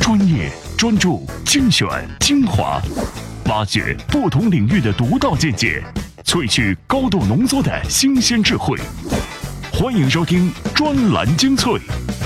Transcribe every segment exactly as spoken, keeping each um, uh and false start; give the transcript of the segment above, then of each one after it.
专业、专注、精选、精华，挖掘不同领域的独到见解，萃取高度浓缩的新鲜智慧。欢迎收听专栏精粹。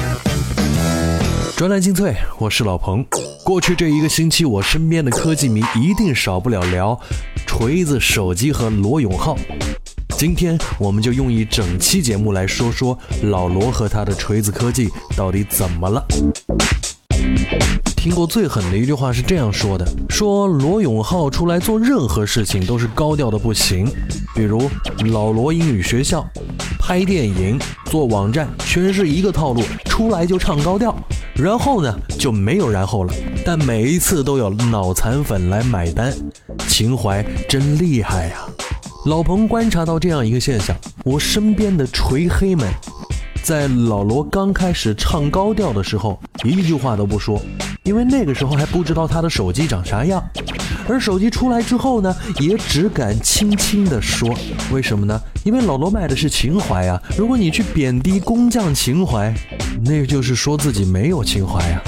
专栏精粹，我是老彭。过去这一个星期，我身边的科技迷一定少不了聊锤子手机和罗永浩。今天我们就用一整期节目来说说老罗和他的锤子科技到底怎么了。听过最狠的一句话是这样说的，说罗永浩出来做任何事情都是高调的不行，比如老罗英语学校、拍电影、做网站，全是一个套路，出来就唱高调，然后呢就没有然后了，但每一次都有脑残粉来买单，情怀真厉害呀、啊。老彭观察到这样一个现象，我身边的锤黑们在老罗刚开始唱高调的时候一句话都不说，因为那个时候还不知道他的手机长啥样，而手机出来之后呢，也只敢轻轻地说。为什么呢？因为老罗卖的是情怀啊，如果你去贬低工匠情怀，那就是说自己没有情怀啊。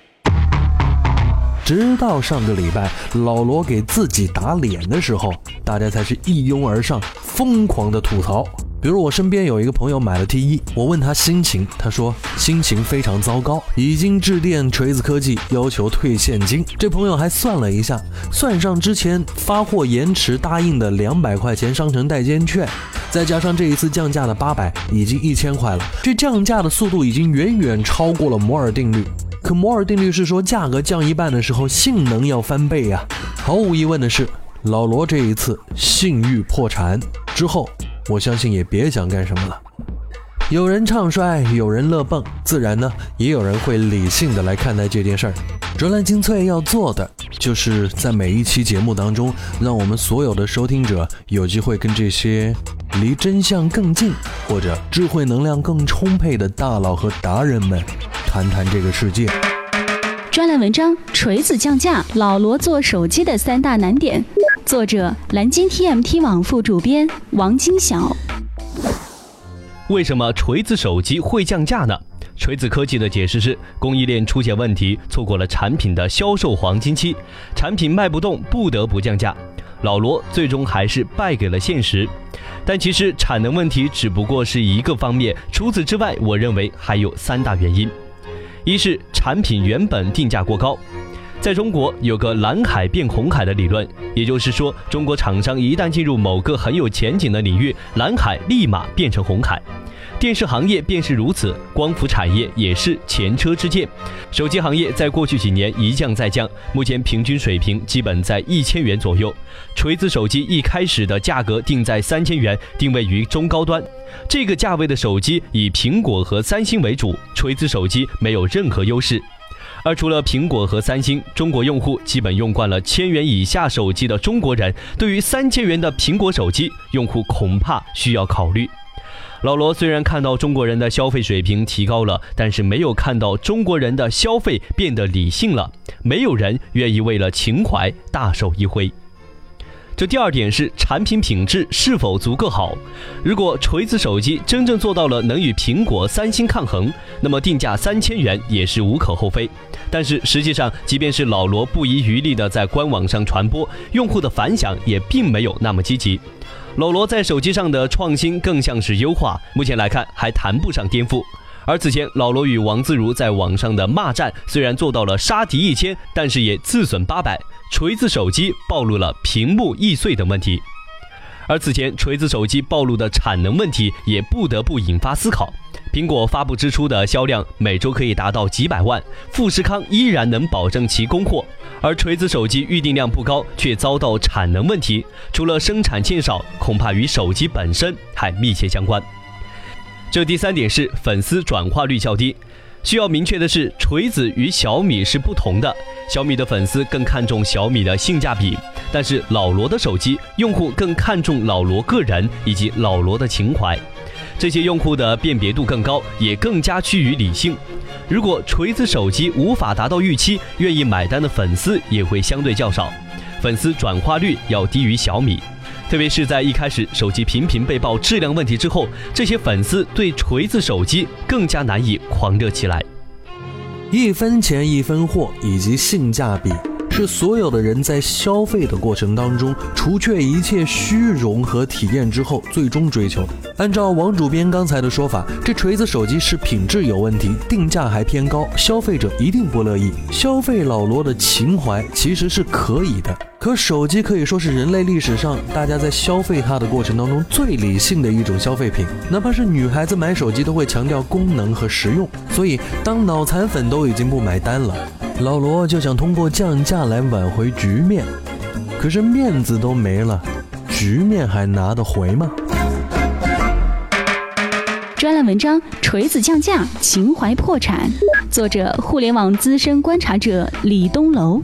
直到上个礼拜老罗给自己打脸的时候，大家才是一拥而上，疯狂的吐槽。比如我身边有一个朋友买了 T 一， 我问他心情，他说心情非常糟糕，已经致电锤子科技要求退现金。这朋友还算了一下，算上之前发货延迟答应的两百块钱商城代金券，再加上这一次降价的八百，已经一千块了。这降价的速度已经远远超过了摩尔定律。可摩尔定律是说价格降一半的时候性能要翻倍啊。毫无疑问的是，老罗这一次信誉破产之后，我相信也别想干什么了。有人唱衰，有人乐蹦，自然呢也有人会理性的来看待这件事儿。专栏精粹要做的就是在每一期节目当中，让我们所有的收听者有机会跟这些离真相更近或者智慧能量更充沛的大佬和达人们谈谈这个世界。 专栏文章：锤子降价，老罗做手机的三大难点。作者：蓝鲸 T M T 网副主编王金晓。 为什么锤子手机会降价呢？锤子科技的解释是，供应链出现问题，错过了产品的销售黄金期，产品卖不动，不得不降价。老罗最终还是败给了现实。但其实产能问题只不过是一个方面，除此之外，我认为还有三大原因。一是产品原本定价过高。在中国有个蓝海变红海的理论，也就是说，中国厂商一旦进入某个很有前景的领域，蓝海立马变成红海。电视行业便是如此，光伏产业也是前车之鉴。手机行业在过去几年一降再降，目前平均水平基本在一千元左右。锤子手机一开始的价格定在三千元，定位于中高端。这个价位的手机以苹果和三星为主，锤子手机没有任何优势。而除了苹果和三星，中国用户基本用惯了千元以下手机的中国人，对于三千元的苹果手机，用户恐怕需要考虑。老罗虽然看到中国人的消费水平提高了，但是没有看到中国人的消费变得理性了，没有人愿意为了情怀大手一挥。这第二点是产品品质是否足够好。如果锤子手机真正做到了能与苹果、三星抗衡，那么定价三千元也是无可厚非。但是实际上，即便是老罗不遗余力地在官网上传播，用户的反响也并没有那么积极。老罗在手机上的创新更像是优化，目前来看还谈不上颠覆。而此前老罗与王自如在网上的骂战虽然做到了杀敌一千，但是也自损八百。锤子手机暴露了屏幕易碎的问题，而此前锤子手机暴露的产能问题也不得不引发思考。苹果发布之初的销量每周可以达到几百万，富士康依然能保证其供货，而锤子手机预订量不高，却遭到产能问题，除了生产欠少，恐怕与手机本身还密切相关。这第三点是粉丝转化率较低。需要明确的是，锤子与小米是不同的，小米的粉丝更看重小米的性价比，但是老罗的手机用户更看重老罗个人以及老罗的情怀。这些用户的辨别度更高，也更加趋于理性。如果锤子手机无法达到预期，愿意买单的粉丝也会相对较少，粉丝转化率要低于小米。特别是在一开始手机频频被曝质量问题之后，这些粉丝对锤子手机更加难以狂热起来。 一分钱一分货以及性价比，是所有的人在消费的过程当中，除却一切虚荣和体验之后，最终追求。按照王主编刚才的说法，这锤子手机是品质有问题，定价还偏高，消费者一定不乐意。消费老罗的情怀其实是可以的，可手机可以说是人类历史上大家在消费它的过程当中最理性的一种消费品，哪怕是女孩子买手机都会强调功能和实用。所以当脑残粉都已经不买单了，老罗就想通过降价来挽回局面，可是面子都没了，局面还拿得回吗？ 专栏文章《锤子降价，情怀破产》，作者互联网资深观察者李东楼。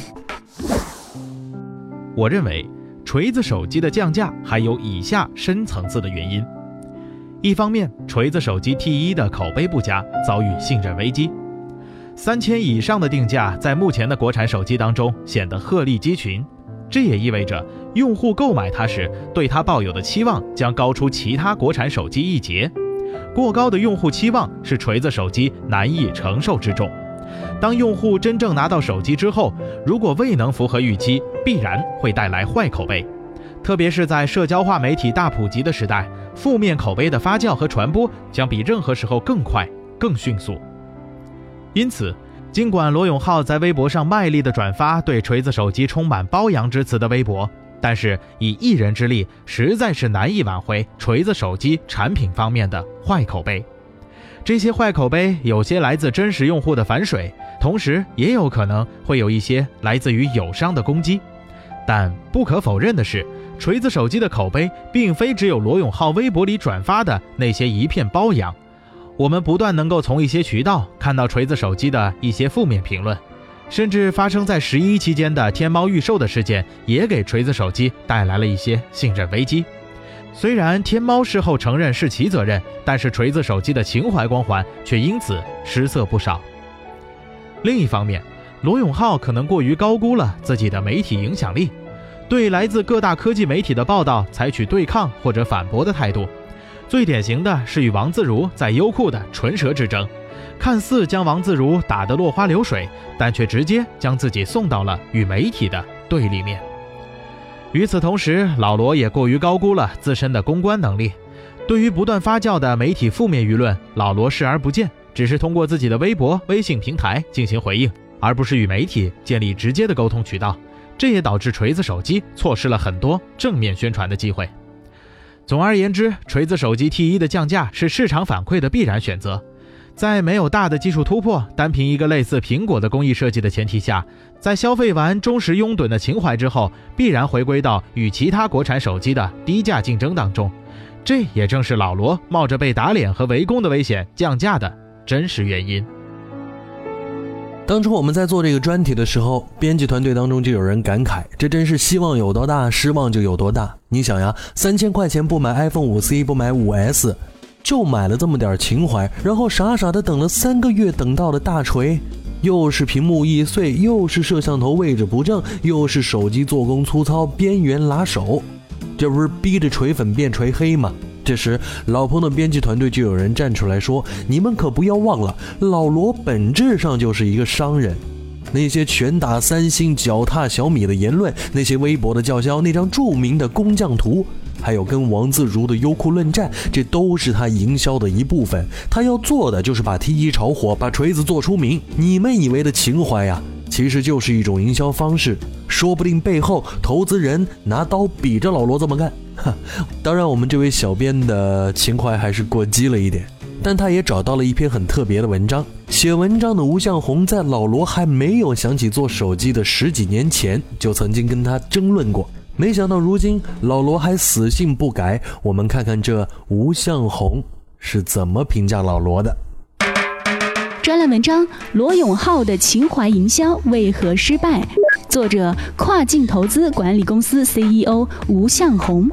我认为锤子手机的降价还有以下深层次的原因。一方面，锤子手机 T 一 的口碑不佳，遭遇信任危机。三千以上的定价在目前的国产手机当中显得鹤立鸡群，这也意味着用户购买它时对它抱有的期望将高出其他国产手机一截。过高的用户期望是锤子手机难以承受之重。当用户真正拿到手机之后，如果未能符合预期，必然会带来坏口碑。特别是在社交化媒体大普及的时代，负面口碑的发酵和传播将比任何时候更快、更迅速。因此，尽管罗永浩在微博上卖力地转发对锤子手机充满褒扬之词的微博，但是以一人之力实在是难以挽回锤子手机产品方面的坏口碑。这些坏口碑有些来自真实用户的反水，同时也有可能会有一些来自于友商的攻击。但不可否认的是，锤子手机的口碑并非只有罗永浩微博里转发的那些一片褒扬。我们不断能够从一些渠道看到锤子手机的一些负面评论，甚至发生在十一期间的天猫预售的事件也给锤子手机带来了一些信任危机。虽然天猫事后承认是其责任，但是锤子手机的情怀光环却因此失色不少。另一方面，罗永浩可能过于高估了自己的媒体影响力，对来自各大科技媒体的报道采取对抗或者反驳的态度。最典型的是与王自如在优酷的唇舌之争，看似将王自如打得落花流水，但却直接将自己送到了与媒体的对立面。与此同时，老罗也过于高估了自身的公关能力。对于不断发酵的媒体负面舆论，老罗视而不见，只是通过自己的微博、微信平台进行回应，而不是与媒体建立直接的沟通渠道。这也导致锤子手机错失了很多正面宣传的机会。总而言之，锤子手机 T 一 的降价是市场反馈的必然选择。在没有大的技术突破，单凭一个类似苹果的工艺设计的前提下，在消费完忠实拥趸的情怀之后，必然回归到与其他国产手机的低价竞争当中。这也正是老罗冒着被打脸和围攻的危险降价的真实原因。 当初我们在做这个专题的时候，编辑团队当中就有人感慨，这真是希望有多大，失望就有多大。你想呀，三千块钱不买 iPhone 五 C， 不买 五 S， 就买了这么点情怀，然后傻傻的等了三个月，等到了大锤，又是屏幕易碎，又是摄像头位置不正，又是手机做工粗糙，边缘拉手，这不是逼着锤粉变锤黑吗？这时老彭的编辑团队就有人站出来说，你们可不要忘了，老罗本质上就是一个商人。那些拳打三星脚踏小米的言论，那些微博的叫嚣，那张著名的工匠图，还有跟王自如的优酷论战，这都是他营销的一部分。他要做的就是把 T 一 炒火，把锤子做出名。你们以为的情怀呀，其实就是一种营销方式，说不定背后投资人拿刀比着老罗这么干。当然我们这位小编的情怀还是过激了一点，但他也找到了一篇很特别的文章。写文章的吴向红在老罗还没有想起做手机的十几年前，就曾经跟他争论过，没想到如今老罗还死性不改。我们看看这吴向红是怎么评价老罗的。 专栏文章：罗永浩的情怀营销为何失败？作者：跨境投资管理公司 C E O 吴向红。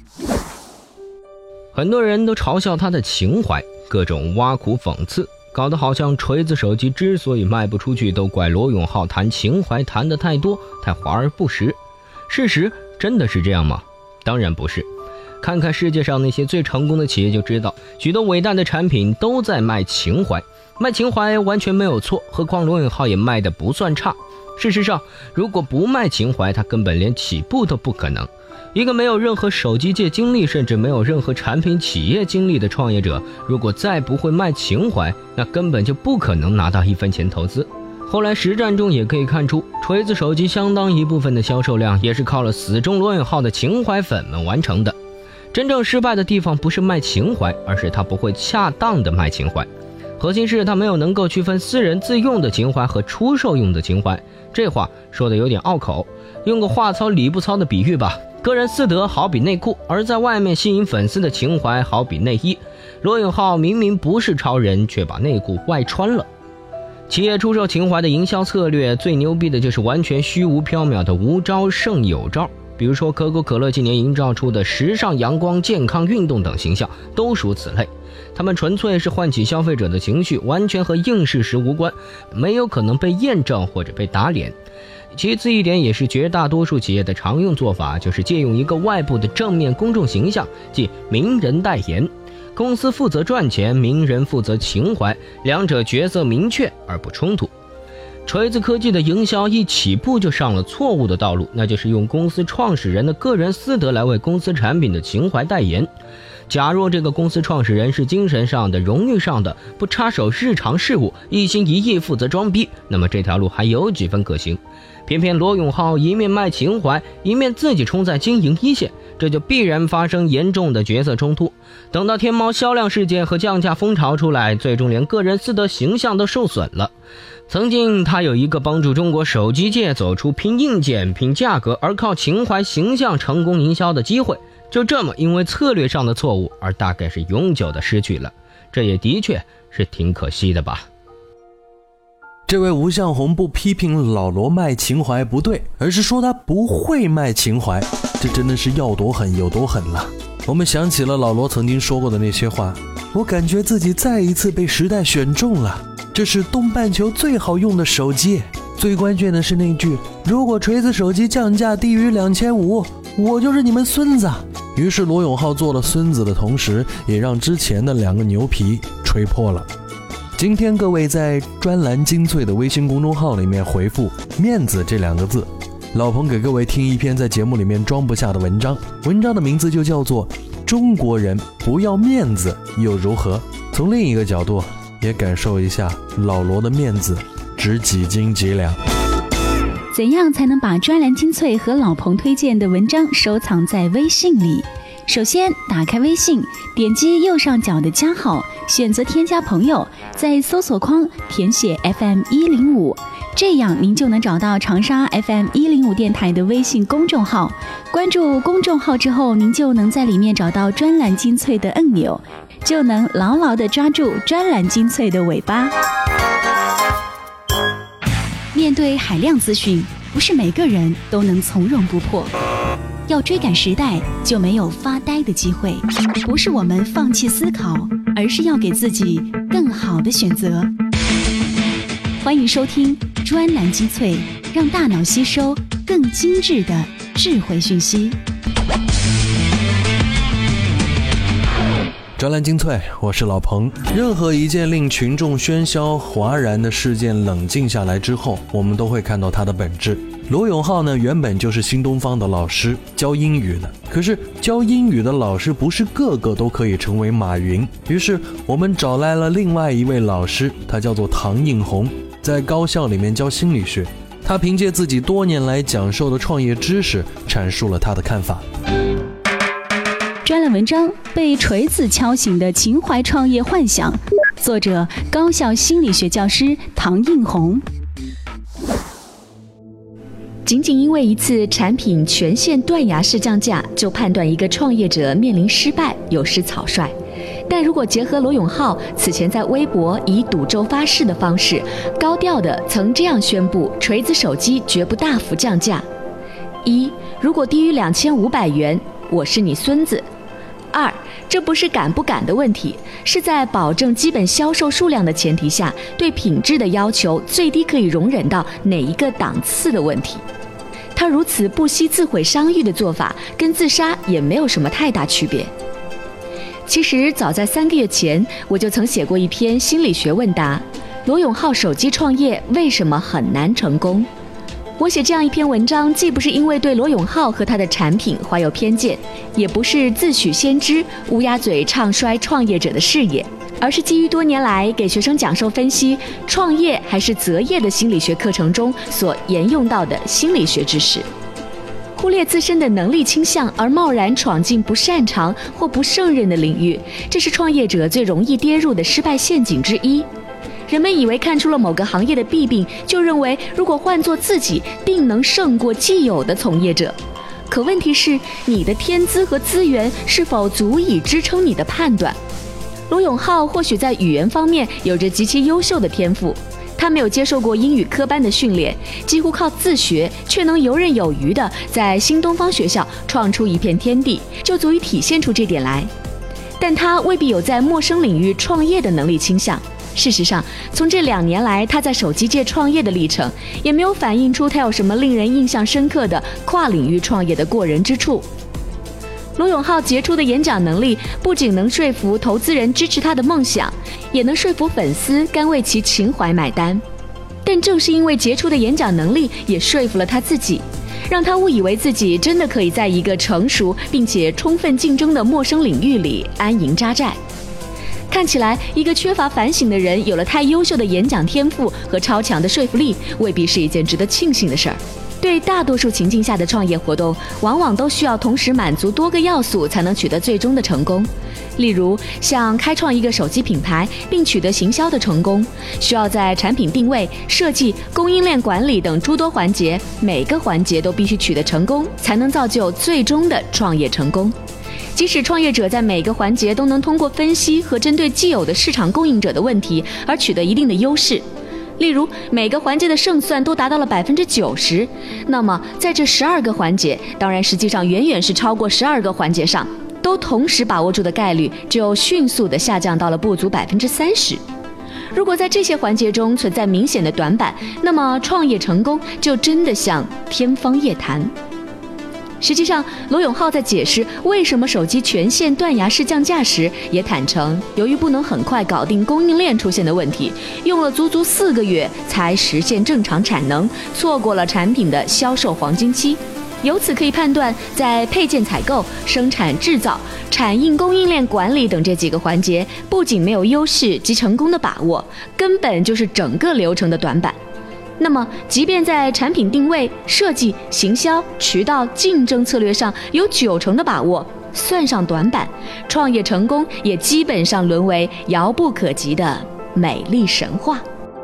很多人都嘲笑他的情怀，各种挖苦讽刺，搞得好像锤子手机之所以卖不出去，都怪罗永浩谈情怀谈得太多，太华而不实。事实真的是这样吗？当然不是。看看世界上那些最成功的企业就知道，许多伟大的产品都在卖情怀。 卖情怀完全没有错，何况罗永浩也卖得不算差。事实上，如果不卖情怀，他根本连起步都不可能。一个没有任何手机界经历，甚至没有任何产品企业经历的创业者，如果再不会卖情怀，那根本就不可能拿到一分钱投资。后来实战中也可以看出，锤子手机相当一部分的销售量也是靠了死忠罗永浩的情怀粉们完成的。真正失败的地方不是卖情怀，而是他不会恰当的卖情怀。核心是他没有能够区分私人自用的情怀和出售用的情怀。这话说的有点拗口，用个话糙理不糙的比喻吧，个人私德好比内裤，而在外面吸引粉丝的情怀好比内衣。罗永浩明明不是超人，却把内裤外穿了。企业出售情怀的营销策略最牛逼的就是完全虚无缥缈的无招胜有招。比如说可口可乐今年营造出的时尚、阳光、健康、运动等形象都属此类，他们纯粹是唤起消费者的情绪，完全和硬事实无关，没有可能被验证或者被打脸。其次一点，也是绝大多数企业的常用做法，就是借用一个外部的正面公众形象，即名人代言。公司负责赚钱，名人负责情怀，两者角色明确而不冲突。锤子科技的营销一起步就上了错误的道路，那就是用公司创始人的个人私德来为公司产品的情怀代言。假若这个公司创始人是精神上的、荣誉上的，不插手日常事务，一心一意负责装逼，那么这条路还有几分可行。偏偏罗永浩一面卖情怀，一面自己冲在经营一线，这就必然发生严重的角色冲突。等到天猫销量事件和降价风潮出来，最终连个人私德形象都受损了。曾经他有一个帮助中国手机界走出拼硬件拼价格而靠情怀形象成功营销的机会，就这么因为策略上的错误而大概是永久的失去了，这也的确是挺可惜的吧。 这位吴向红不批评老罗卖情怀不对，而是说他不会卖情怀，这真的是要多狠有多狠了。我们想起了老罗曾经说过的那些话，我感觉自己再一次被时代选中了，这是东半球最好用的手机。最关键的是那句，如果锤子手机降价低于两千五，我就是你们孙子。于是罗永浩做了孙子的同时，也让之前的两个牛皮吹破了。今天各位在专栏精粹的微信公众号里面回复面子这两个字，老彭给各位听一篇在节目里面装不下的文章，文章的名字就叫做中国人不要面子又如何。从另一个角度也感受一下老罗的面子值几斤几两。 怎样才能把专栏精粹和老彭推荐的文章收藏在微信里？首先打开微信，点击右上角的加号，选择添加朋友，在搜索框填写 F M 一零五，这样您就能找到长沙 F M 一零五电台的微信公众号。关注公众号之后，您就能在里面找到专栏精粹的按钮，就能牢牢地抓住专栏精粹的尾巴。面对海量资讯，不是每个人都能从容不迫。要追赶时代，就没有发呆的机会。不是我们放弃思考，而是要给自己更好的选择。欢迎收听专栏精粹，让大脑吸收更精致的智慧讯息。 专栏精粹，我是老彭。任何一件令群众喧嚣哗然的事件冷静下来之后，我们都会看到它的本质。罗永浩呢，原本就是新东方的老师，教英语的。可是教英语的老师不是个个都可以成为马云，于是我们找来了另外一位老师，他叫做唐映红，在高校里面教心理学。他凭借自己多年来讲授的创业知识，阐述了他的看法。 专栏文章《被锤子敲醒的情怀创业幻想》，作者高校心理学教师唐映红。 仅仅因为一次产品全线断崖式降价，就判断一个创业者面临失败，有失草率。但如果结合罗永浩此前在微博以赌咒发誓的方式，高调的曾这样宣布锤子手机绝不大幅降价：一，如果低于两千五百元，我是你孙子；二，这不是敢不敢的问题，是在保证基本销售数量的前提下，对品质的要求最低可以容忍到哪一个档次的问题。他如此不惜自毁商誉的做法，跟自杀也没有什么太大区别。 其实早在三个月前，我就曾写过一篇心理学问答：罗永浩手机创业为什么很难成功？我写这样一篇文章，既不是因为对罗永浩和他的产品怀有偏见，也不是自诩先知、乌鸦嘴唱衰创业者的事业，而是基于多年来给学生讲授分析创业还是择业的心理学课程中所沿用到的心理学知识。忽略自身的能力倾向而贸然闯进不擅长或不胜任的领域，这是创业者最容易跌入的失败陷阱之一。人们以为看出了某个行业的弊病，就认为如果换做自己，定能胜过既有的从业者。可问题是，你的天资和资源是否足以支撑你的判断？罗永浩或许在语言方面有着极其优秀的天赋，他没有接受过英语科班的训练，几乎靠自学，却能游刃有余地在新东方学校创出一片天地，就足以体现出这点来。但他未必有在陌生领域创业的能力倾向。事实上，从这两年来他在手机界创业的历程，也没有反映出他有什么令人印象深刻的跨领域创业的过人之处。罗永浩杰出的演讲能力不仅能说服投资人支持他的梦想，也能说服粉丝甘为其情怀买单。但正是因为杰出的演讲能力，也说服了他自己，让他误以为自己真的可以在一个成熟并且充分竞争的陌生领域里安营扎寨。看起来，一个缺乏反省的人有了太优秀的演讲天赋和超强的说服力，未必是一件值得庆幸的事儿。对大多数情境下的创业活动，往往都需要同时满足多个要素才能取得最终的成功。例如，像开创一个手机品牌并取得行销的成功，需要在产品定位、设计、供应链管理等诸多环节，每个环节都必须取得成功，才能造就最终的创业成功。即使创业者在每个环节都能通过分析和针对既有的市场供应者的问题而取得一定的优势，例如每个环节的胜算都达到了百分之九十，那么在这十二个环节，当然实际上远远是超过十二个环节上，都同时把握住的概率就迅速地下降到了不足百分之三十。如果在这些环节中存在明显的短板，那么创业成功就真的像天方夜谭。实际上，罗永浩在解释为什么手机全线断崖式降价时，也坦诚，由于不能很快搞定供应链出现的问题，用了足足四个月才实现正常产能，错过了产品的销售黄金期。由此可以判断，在配件采购、生产制造、产印供应链管理等这几个环节，不仅没有优势及成功的把握，根本就是整个流程的短板。那么，即便在产品定位、设计、行销、渠道、竞争策略上有九成的把握，算上短板，创业成功也基本上沦为遥不可及的美丽神话。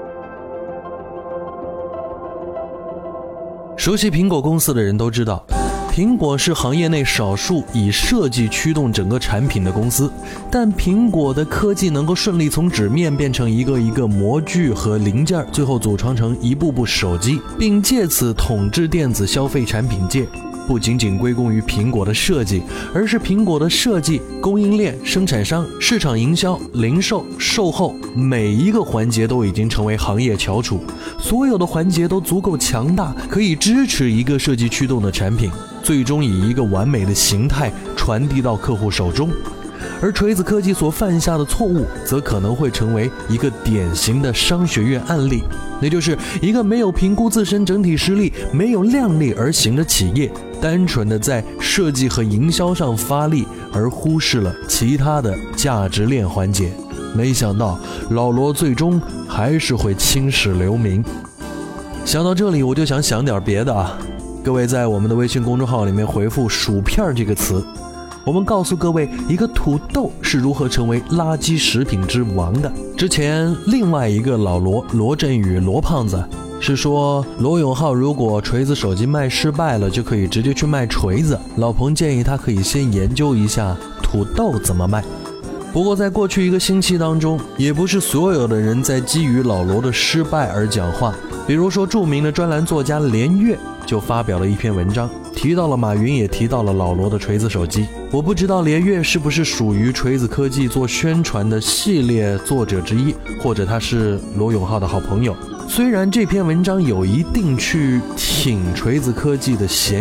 熟悉苹果公司的人都知道，苹果是行业内少数以设计驱动整个产品的公司，但苹果的科技能够顺利从纸面变成一个一个模具和零件，最后组装成一部部手机，并借此统治电子消费产品界，不仅仅归功于苹果的设计，而是苹果的设计、供应链、生产商、市场营销、零售、售后，每一个环节都已经成为行业翘楚，所有的环节都足够强大，可以支持一个设计驱动的产品，最终以一个完美的形态传递到客户手中。而锤子科技所犯下的错误，则可能会成为一个典型的商学院案例，那就是一个没有评估自身整体实力、没有量力而行的企业，单纯的在设计和营销上发力，而忽视了其他的价值链环节。没想到老罗最终还是会青史留名。想到这里，我就想想点别的啊。各位在我们的微信公众号里面回复薯片这个词，我们告诉各位一个土豆是如何成为垃圾食品之王的。之前另外一个老罗罗振宇罗胖子是说，罗永浩如果锤子手机卖失败了，就可以直接去卖锤子。老彭建议他可以先研究一下土豆怎么卖。不过在过去一个星期当中，也不是所有的人在基于老罗的失败而讲话。比如说著名的专栏作家连岳就发表了一篇文章，提到了马云，也提到了老罗的锤子手机。我不知道连岳是不是属于锤子科技做宣传的系列作者之一，或者他是罗永浩的好朋友。虽然这篇文章有一定去挺锤子科技的嫌疑，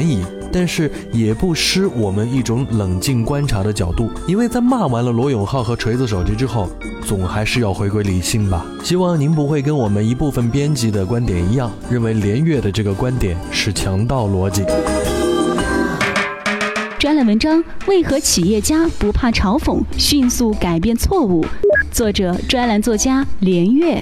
但是也不失我们一种冷静观察的角度，因为在骂完了罗永浩和锤子手机之后，总还是要回归理性吧。希望您不会跟我们一部分编辑的观点一样，认为连岳的这个观点是强盗逻辑。 专栏文章：为何企业家不怕嘲讽，迅速改变错误？作者：专栏作家连岳。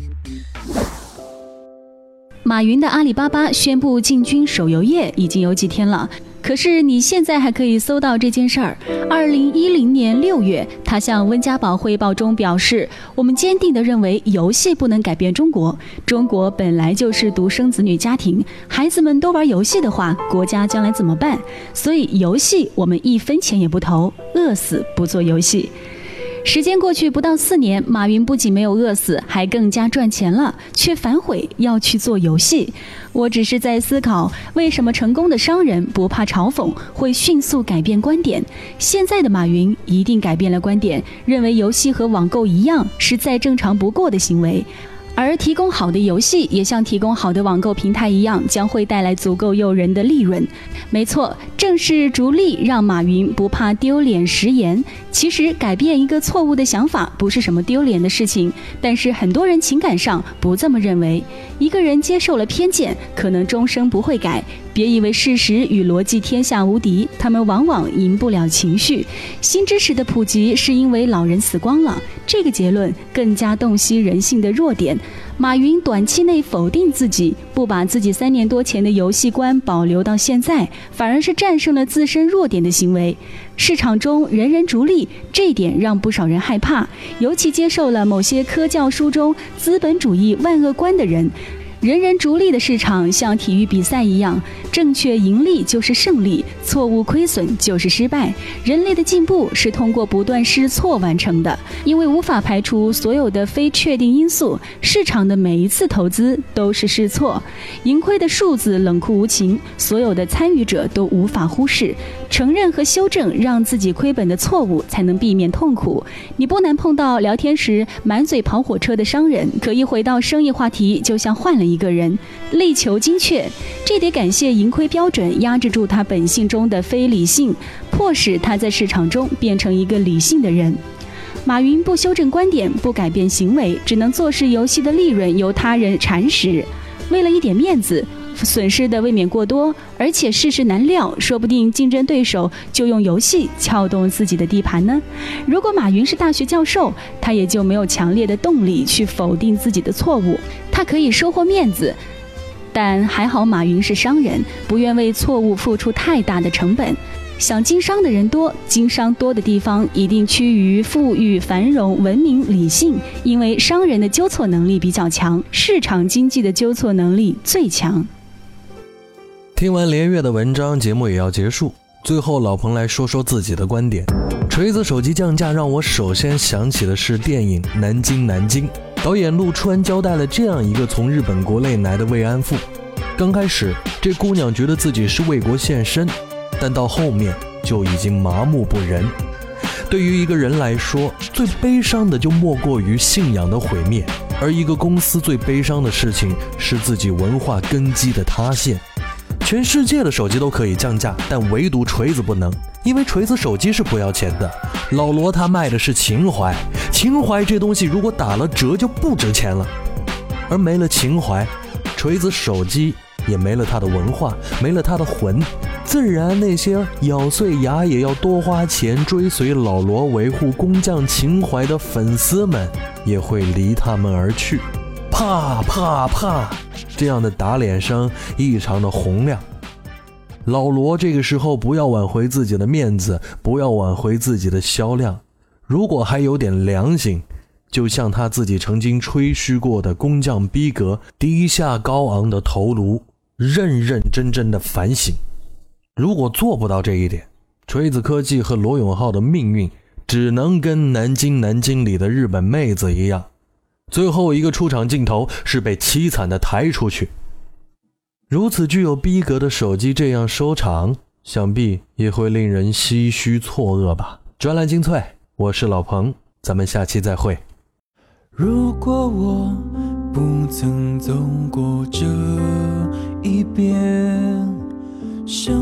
马云的阿里巴巴宣布进军手游业已经有几天了，可是你现在还可以搜到这件事儿。二零一零年六月，他向温家宝汇报中表示，我们坚定地认为游戏不能改变中国，中国本来就是独生子女家庭，孩子们都玩游戏的话，国家将来怎么办？所以游戏我们一分钱也不投，饿死不做游戏。时间过去不到四年，马云不仅没有饿死，还更加赚钱了，却反悔要去做游戏。我只是在思考，为什么成功的商人不怕嘲讽，会迅速改变观点？现在的马云一定改变了观点，认为游戏和网购一样，是再正常不过的行为。而提供好的游戏也像提供好的网购平台一样，将会带来足够诱人的利润。没错，正是逐利让马云不怕丢脸食言。其实改变一个错误的想法不是什么丢脸的事情，但是很多人情感上不这么认为。一个人接受了偏见，可能终生不会改。别以为事实与逻辑天下无敌，他们往往赢不了情绪。新知识的普及是因为老人死光了，这个结论更加洞悉人性的弱点。马云短期内否定自己，不把自己三年多前的游戏观保留到现在，反而是战胜了自身弱点的行为。市场中人人逐利，这一点让不少人害怕，尤其接受了某些科教书中资本主义万恶观的人。人人逐利的市场像体育比赛一样，正确盈利就是胜利，错误亏损就是失败。人类的进步是通过不断试错完成的，因为无法排除所有的非确定因素，市场的每一次投资都是试错。盈亏的数字冷酷无情，所有的参与者都无法忽视。承认和修正让自己亏本的错误，才能避免痛苦。你不难碰到聊天时满嘴跑火车的商人，可一回到生意话题就像换了一个人，力求精确。这得感谢盈亏标准压制住他本性中的非理性，迫使他在市场中变成一个理性的人。马云不修正观点，不改变行为，只能坐视游戏的利润由他人蚕食。为了一点面子，损失的未免过多，而且世事难料，说不定竞争对手就用游戏撬动自己的地盘呢。如果马云是大学教授，他也就没有强烈的动力去否定自己的错误，他可以收获面子。但还好马云是商人，不愿为错误付出太大的成本。想经商的人多，经商多的地方一定趋于富裕、繁荣、文明、理性，因为商人的纠错能力比较强，市场经济的纠错能力最强。 听完连岳的文章，节目也要结束。最后老彭来说说自己的观点。锤子手机降价让我首先想起的是电影《南京南京》，导演陆川交代了这样一个从日本国内来的慰安妇。刚开始这姑娘觉得自己是为国献身，但到后面就已经麻木不仁。对于一个人来说，最悲伤的就莫过于信仰的毁灭，而一个公司最悲伤的事情是自己文化根基的塌陷。全世界的手机都可以降价，但唯独锤子不能，因为锤子手机是不要钱的。老罗他卖的是情怀，情怀这东西如果打了折就不值钱了。而没了情怀，锤子手机也没了它的文化，没了它的魂，自然那些咬碎牙也要多花钱追随老罗维护工匠情怀的粉丝们也会离他们而去。啪啪啪，这样的打脸声异常的洪亮。老罗这个时候不要挽回自己的面子，不要挽回自己的销量，如果还有点良心，就像他自己曾经吹嘘过的工匠逼格，低下高昂的头颅，认认真真的反省。如果做不到这一点，锤子科技和罗永浩的命运只能跟南京南京里的日本妹子一样，最后一个出场镜头是被凄惨的抬出去。如此具有逼格的手机这样收场，想必也会令人唏嘘错愕吧。专栏精粹，我是老彭，咱们下期再会。 如果我不曾走过这一边，生命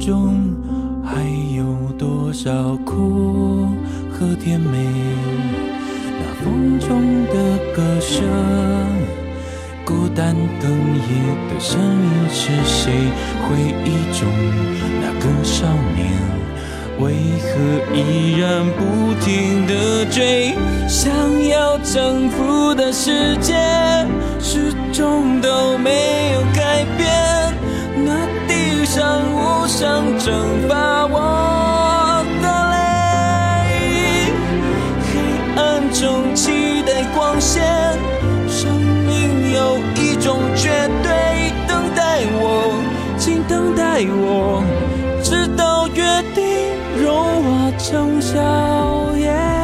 中还有多少苦和甜美？那风中的歌声，孤单哽咽的声音是谁？回忆中那个少年，为何依然不停地追？想要征服的世界，始终都没有改变。那地上无声蒸发我的泪，黑暗中期待光线，生命有一种绝对，等待我，请等待我，直到约定融化成笑颜。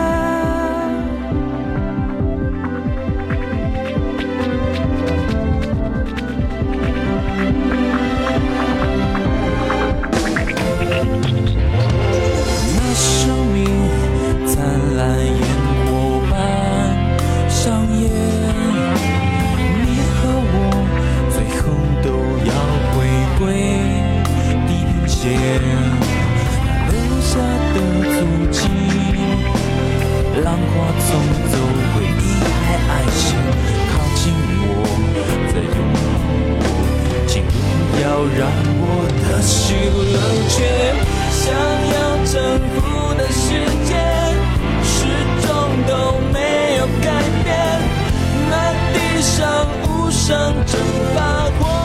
那生命灿烂烟火般上演，你和我最后都要回归地平线。留下的足迹，浪花冲走回忆和爱情，靠近我，再拥抱我，请不要让我的心冷却。想要征服的世界，始终都没有改变。那地上无声蒸发过